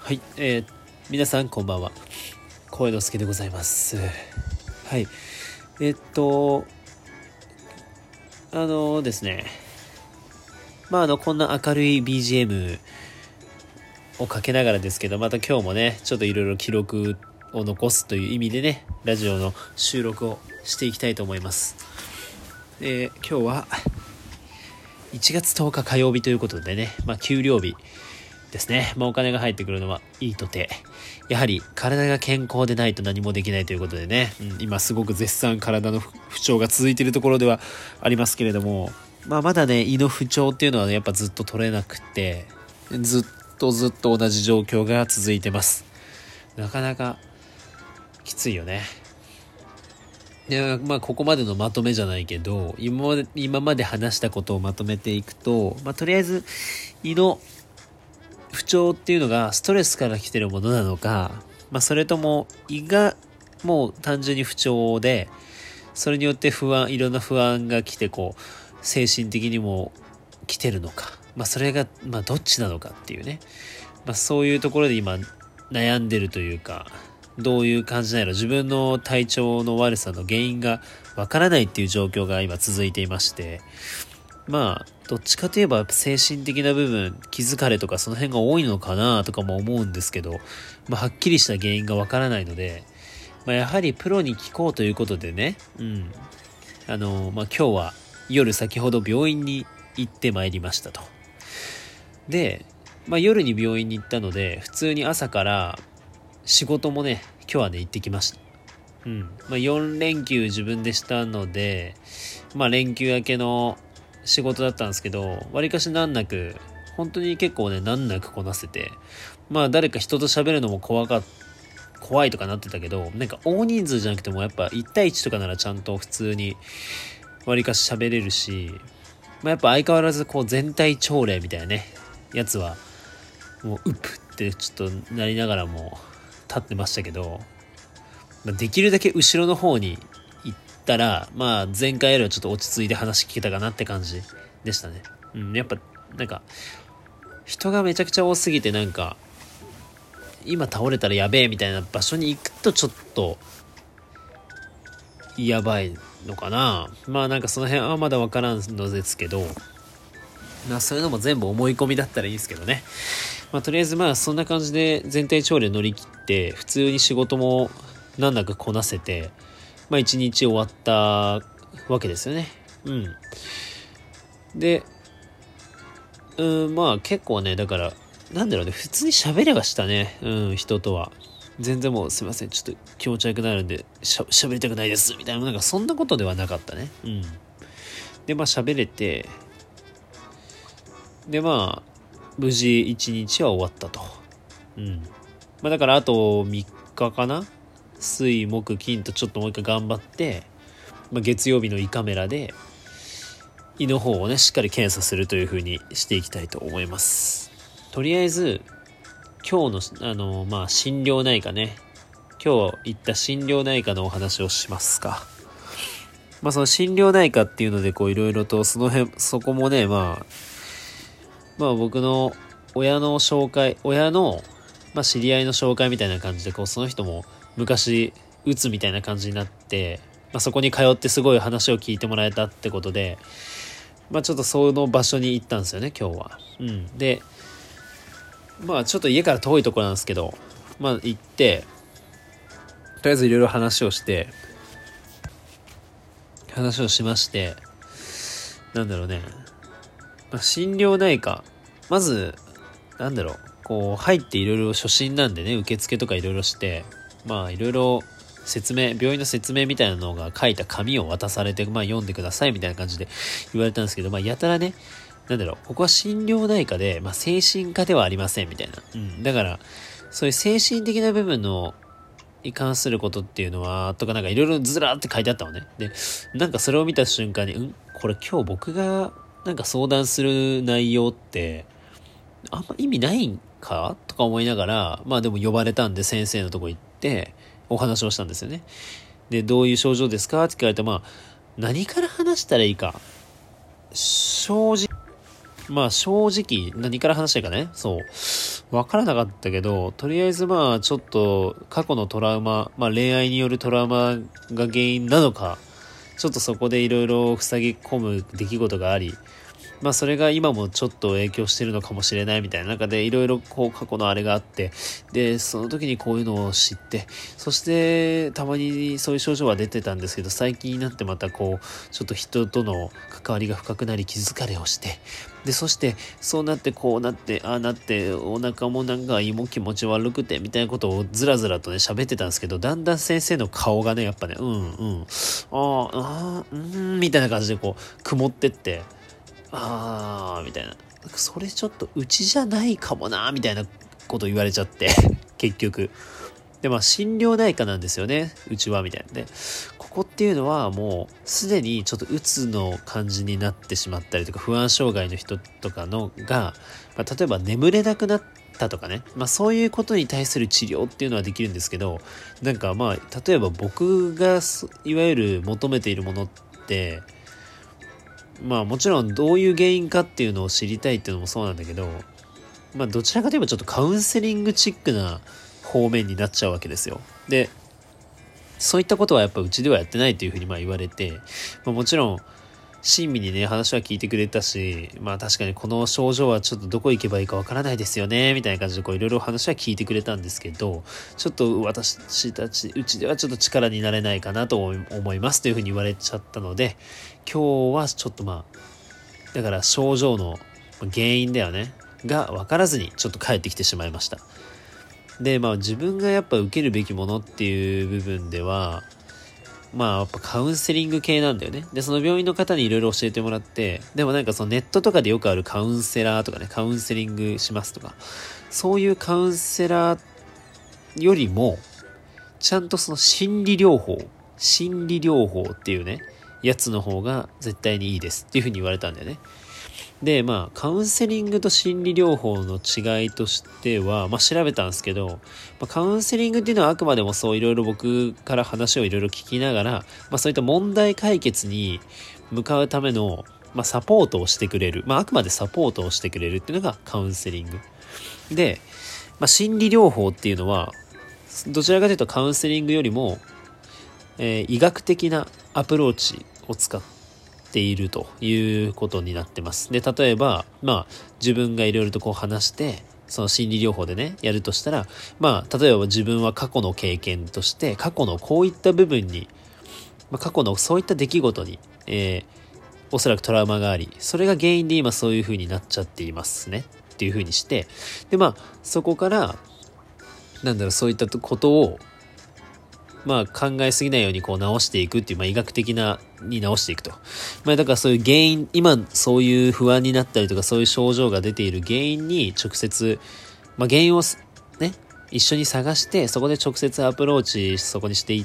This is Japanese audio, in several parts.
はい、皆さんこんばんは。声之助でございます。はい。ですね。こんな明るい BGM をかけながらですけど、また今日もね、ちょっといろいろ記録を残すという意味でね、ラジオの収録をしていきたいと思います。今日は1月10日火曜日ということでね、給料日ですね。お金が入ってくるのはいいとて、やはり体が健康でないと何もできないということでね、今すごく絶賛体の不調が続いているところではありますけれども、まだね、胃の不調っていうのは、ね、やっぱずっと取れなくて、ずっと同じ状況が続いてます。なかなかきついよね。で、ここまでのまとめじゃないけど、今まで話したことをまとめていくと、とりあえず胃の不調っていうのがストレスから来てるものなのか、それとも胃がもう単純に不調で、それによっていろんな不安が来て精神的にも来てるのか、それがどっちなのかっていうね、そういうところで今悩んでるというか、どういう感じなの、自分の体調の悪さの原因がわからないっていう状況が今続いていまして、どっちかといえば精神的な部分、気疲れとかその辺が多いのかなとかも思うんですけど、はっきりした原因がわからないので、やはりプロに聞こうということでね、今日は夜先ほど病院に行ってまいりましたと。で、夜に病院に行ったので、普通に朝から仕事もね、今日はね、行ってきました。4連休自分でしたので、連休明けの仕事だったんですけど、割かし難なく、本当に結構ね、難なくこなせて、誰か人と喋るのも怖いとかなってたけど、なんか大人数じゃなくてもやっぱ1対1とかならちゃんと普通に割かし喋れるし、やっぱ相変わらず全体朝礼みたいなね、やつは、もううっぷってちょっとなりながらも立ってましたけど、できるだけ後ろの方に行ったら、前回よりはちょっと落ち着いて話聞けたかなって感じでしたね。やっぱなんか人がめちゃくちゃ多すぎて、なんか今倒れたらやべえみたいな場所に行くとちょっとやばいのかな。なんかその辺はまだわからんのですけど、そういうのも全部思い込みだったらいいですけどね。とりあえずそんな感じで全体朝礼乗り切って、普通に仕事も難なくこなせて、一日終わったわけですよね。で、結構ね、だからなんだろうね、普通に喋れはしたね。人とは全然もうすいません、ちょっと気持ち悪くなるんで喋りたくないですみたいな、なんかそんなことではなかったね。で喋れて、で無事1日は終わったと。だからあと3日かな、水木金とちょっともう一回頑張って、月曜日の胃カメラで胃の方をねしっかり検査するという風にしていきたいと思います。とりあえず今日の心療内科ね、今日行った心療内科のお話をしますか。その心療内科っていうのでいろいろとそこもね、僕の親の知り合いの紹介みたいな感じでその人も昔うつみたいな感じになって、そこに通ってすごい話を聞いてもらえたってことで、ちょっとその場所に行ったんですよね、今日は。で、ちょっと家から遠いところなんですけど、行って、とりあえずいろいろ話をしまして、なんだろうね。心療内科。まず、入っていろいろ初診なんでね、受付とかいろいろして、いろいろ病院の説明みたいなのが書いた紙を渡されて、読んでくださいみたいな感じで言われたんですけど、やたらね、ここは心療内科で、精神科ではありませんみたいな。だから、そういう精神的な部分に関することっていうのは、とかなんかいろいろずらーって書いてあったのね。で、なんかそれを見た瞬間に、これ今日僕がなんか相談する内容って、あんま意味ないんかとか思いながら、でも呼ばれたんで先生のとこ行って、お話をしたんですよね。で、どういう症状ですかって聞かれて、何から話したらいいか。正直何から話したいかね。そう。 わからなかったけど、とりあえずまあちょっと過去のトラウマ、まあ恋愛によるトラウマが原因なのか、ちょっとそこでいろいろ塞ぎ込む出来事があり、まあそれが今もちょっと影響してるのかもしれないみたいな中でいろいろこう過去のあれがあって、で、その時にこういうのを知って、そしてたまにそういう症状は出てたんですけど、最近になってまたこう、ちょっと人との関わりが深くなり気疲れをして、で、そしてそうなってこうなって、ああなって、お腹もなんか胃も気持ち悪くてみたいなことをずらずらとね喋ってたんですけど、だんだん先生の顔がね、やっぱね、みたいな感じでこう、曇ってって、みたいな。それちょっとうちじゃないかもな、みたいなこと言われちゃって、結局。で、まあ、心療内科なんですよね、うちは、みたいな。で、ここっていうのはもう、すでにちょっとうつの感じになってしまったりとか、不安障害の人とかのが、まあ、例えば眠れなくなったとかね、まあそういうことに対する治療っていうのはできるんですけど、なんかまあ、例えば僕がいわゆる求めているものって、まあもちろんどういう原因かっていうのを知りたいっていうのもそうなんだけど、まあどちらかといえばちょっとカウンセリングチックな方面になっちゃうわけですよ。で、そういったことはやっぱうちではやってないというふうにまあ言われて、まあ、もちろん親身にね話は聞いてくれたし、まあ確かにこの症状はちょっとどこ行けばいいかわからないですよねみたいな感じでこういろいろ話は聞いてくれたんですけど、ちょっと私たちうちではちょっと力になれないかなと思いますというふうに言われちゃったので、今日はちょっとまあだから症状の原因だよねが分からずにちょっと帰ってきてしまいました。で、まあ自分がやっぱ受けるべきものっていう部分では、まあやっぱカウンセリング系なんだよね。で、その病院の方にいろいろ教えてもらって、でもなんかそのネットとかでよくあるカウンセラーとかね、カウンセリングしますとか、そういうカウンセラーよりも、ちゃんとその心理療法っていうね、やつの方が絶対にいいですっていうふうに言われたんだよね。で、まあ、カウンセリングと心理療法の違いとしては、まあ、調べたんですけど、まあ、カウンセリングっていうのはあくまでもそういろいろ僕から話をいろいろ聞きながら、まあ、そういった問題解決に向かうための、まあ、サポートをしてくれる。まあ、あくまでサポートをしてくれるっていうのがカウンセリング。で、まあ、心理療法っていうのは、どちらかというとカウンセリングよりも、医学的なアプローチを使っているということになってます。で、例えば、まあ、自分がいろいろとこう話して、その心理療法でね、やるとしたら、まあ、例えば自分は過去の経験として、過去のこういった部分に、まあ、過去のそういった出来事に、おそらくトラウマがあり、それが原因で今そういう風になっちゃっていますね。っていう風にして、で、まあ、そこから、そういったことを、まあ考えすぎないようにこう直していくっていう、まあ医学的なに直していくと。まあだからそういう原因、今そういう不安になったりとかそういう症状が出ている原因に直接、まあ原因をね、一緒に探して、そこで直接アプローチそこにしていって、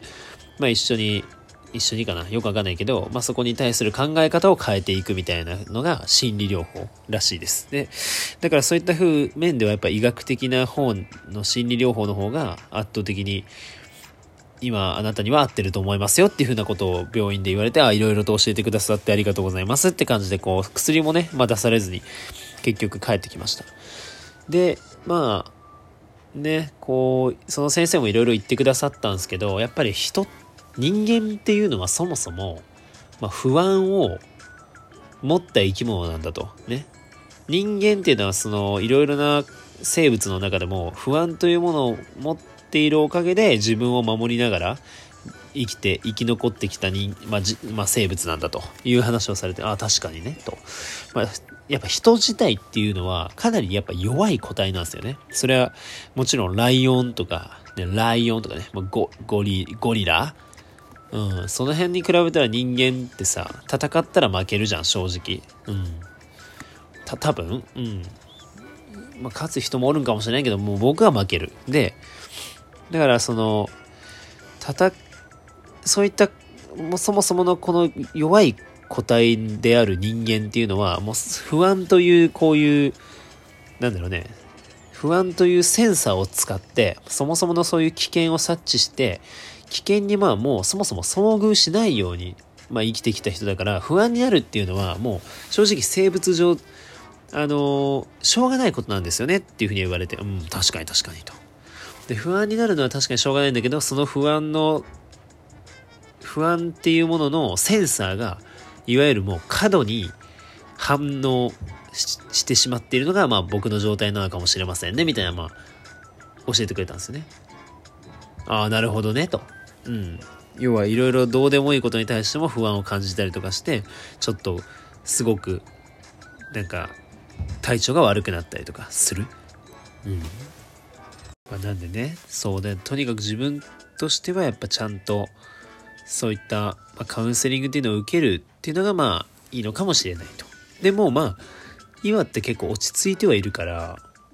まあ一緒にかなよくわかんないけど、まあそこに対する考え方を変えていくみたいなのが心理療法らしいです。で、だからそういった面ではやっぱ医学的な方の心理療法の方が圧倒的に今あなたには合ってると思いますよっていうふうなことを病院で言われて、いろいろと教えてくださってありがとうございますって感じでこう薬もね、まあ出されずに結局帰ってきました。で、まあね、こうその先生もいろいろ言ってくださったんですけど、やっぱり人間っていうのはそもそも、まあ、不安を持った生き物なんだとね。人間っていうのはそのいろいろな生物の中でも不安というものを持っているおかげで自分を守りながら生き残ってきた生物なんだという話をされて、確かにねと、やっぱ人自体っていうのはかなりやっぱ弱い個体なんですよね。それはもちろんライオンとかね、ゴリラ、その辺に比べたら人間ってさ、戦ったら負けるじゃん正直。多分、まあ、勝つ人もおるんかもしれないけど、もう僕は負ける。で、だからそういったもうそもそものこの弱い個体である人間っていうのはもう不安というこういう不安というセンサーを使ってそもそものそういう危険を察知して危険にもうそもそも遭遇しないように生きてきた人だから、不安になるっていうのはもう正直生物上しょうがないことなんですよねっていうふうに言われて、確かに確かにと。で、不安になるのは確かにしょうがないんだけど、その不安っていうもののセンサーが、いわゆるもう過度に反応してしまっているのが、僕の状態なのかもしれませんね、みたいな、教えてくれたんですよね。ああ、なるほどね、と。要はいろいろどうでもいいことに対しても不安を感じたりとかして、ちょっと、すごく、体調が悪くなったりとかする。なんでね、そうで、とにかく自分としてはやっぱちゃんと、そういった、カウンセリングっていうのを受けるっていうのがいいのかもしれないと。でも今って結構落ち着いてはいるから、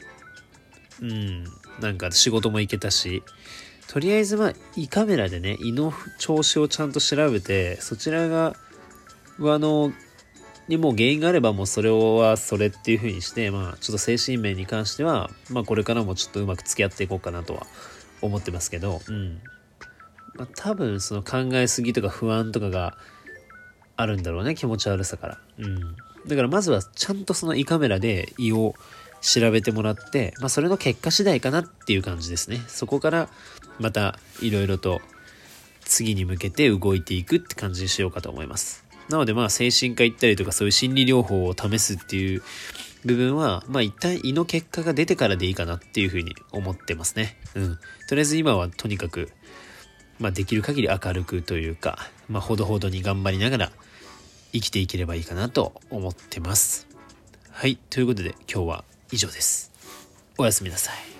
仕事も行けたし、とりあえず胃カメラでね、胃の調子をちゃんと調べて、そちらが、にもう原因があればもうそれはそれっていう風にして、ちょっと精神面に関しては、これからもちょっとうまく付き合っていこうかなとは思ってますけど、多分その考えすぎとか不安とかがあるんだろうね、気持ち悪さから。だからまずはちゃんとその胃カメラで胃を調べてもらって、それの結果次第かなっていう感じですね。そこからまたいろいろと次に向けて動いていくって感じにしようかと思います。なので精神科行ったりとかそういう心理療法を試すっていう部分は一旦胃の結果が出てからでいいかなっていうふうに思ってますね。とりあえず今はとにかくできる限り明るくというかほどほどに頑張りながら生きていければいいかなと思ってます。はい、ということで今日は以上です。おやすみなさい。